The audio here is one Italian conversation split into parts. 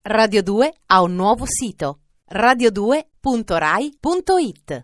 Radio 2 ha un nuovo sito, radio2.rai.it.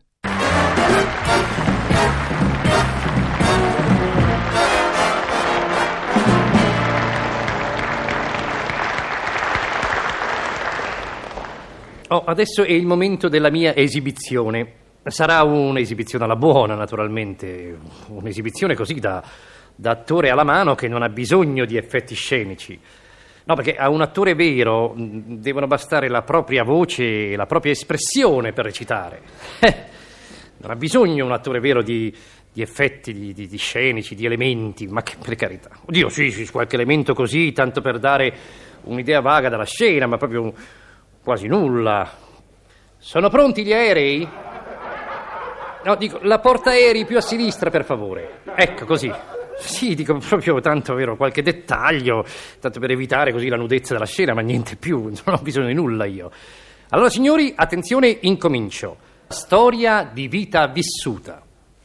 Adesso è il momento della mia esibizione. Sarà un'esibizione alla buona, naturalmente, un'esibizione così da attore alla mano che non ha bisogno di effetti scenici. No, perché a un attore vero devono bastare la propria voce e la propria espressione per recitare. Non ha bisogno un attore vero di effetti, di scenici, di elementi, ma che per carità. Oddio, sì, qualche elemento così, tanto per dare un'idea vaga della scena, ma proprio quasi nulla. Sono pronti gli aerei? No, dico, la portaerei più a sinistra, per favore. Ecco, così. Sì, dico proprio tanto, vero, qualche dettaglio, tanto per evitare così la nudezza della scena, ma niente più, non ho bisogno di nulla io. Allora, signori, attenzione, incomincio. Storia di vita vissuta.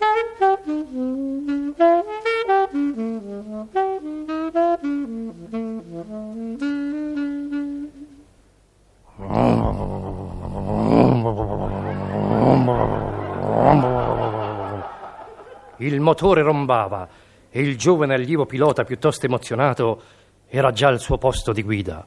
Il motore rombava e il giovane allievo pilota, piuttosto emozionato, era già al suo posto di guida.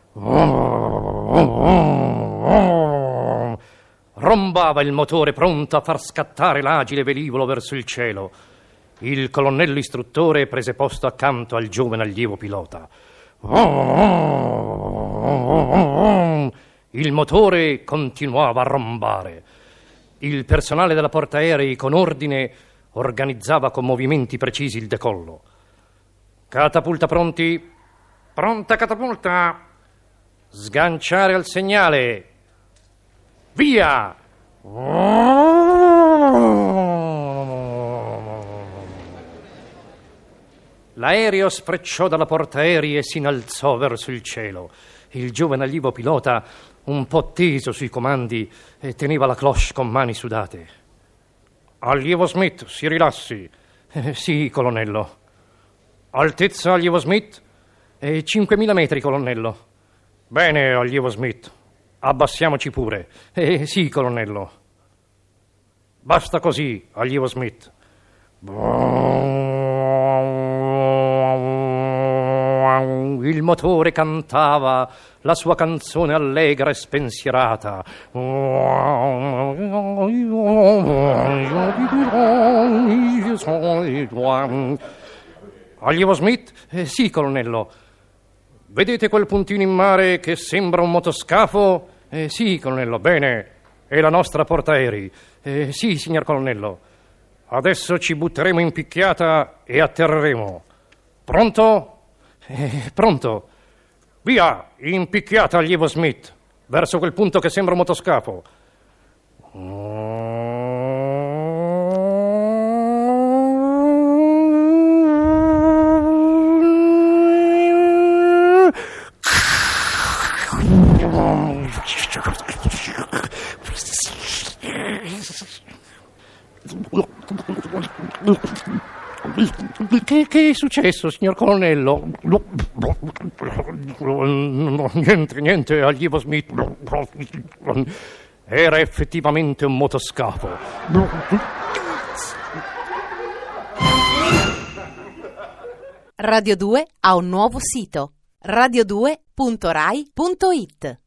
Rombava il motore, pronto a far scattare l'agile velivolo verso il cielo. Il colonnello istruttore prese posto accanto al giovane allievo pilota. Il motore continuava a rombare. Il personale della portaerei, con ordine, organizzava con movimenti precisi il decollo. Catapulta pronti? Pronta catapulta! Sganciare al segnale! Via! L'aereo sfrecciò dalla portaerei e si innalzò verso il cielo. Il giovane allievo pilota, un po' teso sui comandi, teneva la cloche con mani sudate. Allievo Smith, si rilassi. Sì, colonnello. Altezza, allievo Smith? 5.000 metri, colonnello. Bene, allievo Smith. Abbassiamoci pure. Sì, colonnello. Basta così, allievo Smith. Il motore cantava la sua canzone allegra e spensierata. Allievo Smith? Sì, colonnello. Vedete quel puntino in mare che sembra un motoscafo? Sì, colonnello, bene. È la nostra portaerei. Sì, signor colonnello. Adesso ci butteremo in picchiata e atterreremo. Pronto? Pronto. Via, in picchiata, allievo Smith, verso quel punto che sembra un motoscafo. Che è successo, signor colonnello? Niente, allievo Smith. Era effettivamente un motoscafo. Radio 2 ha un nuovo sito, radio2.rai.it.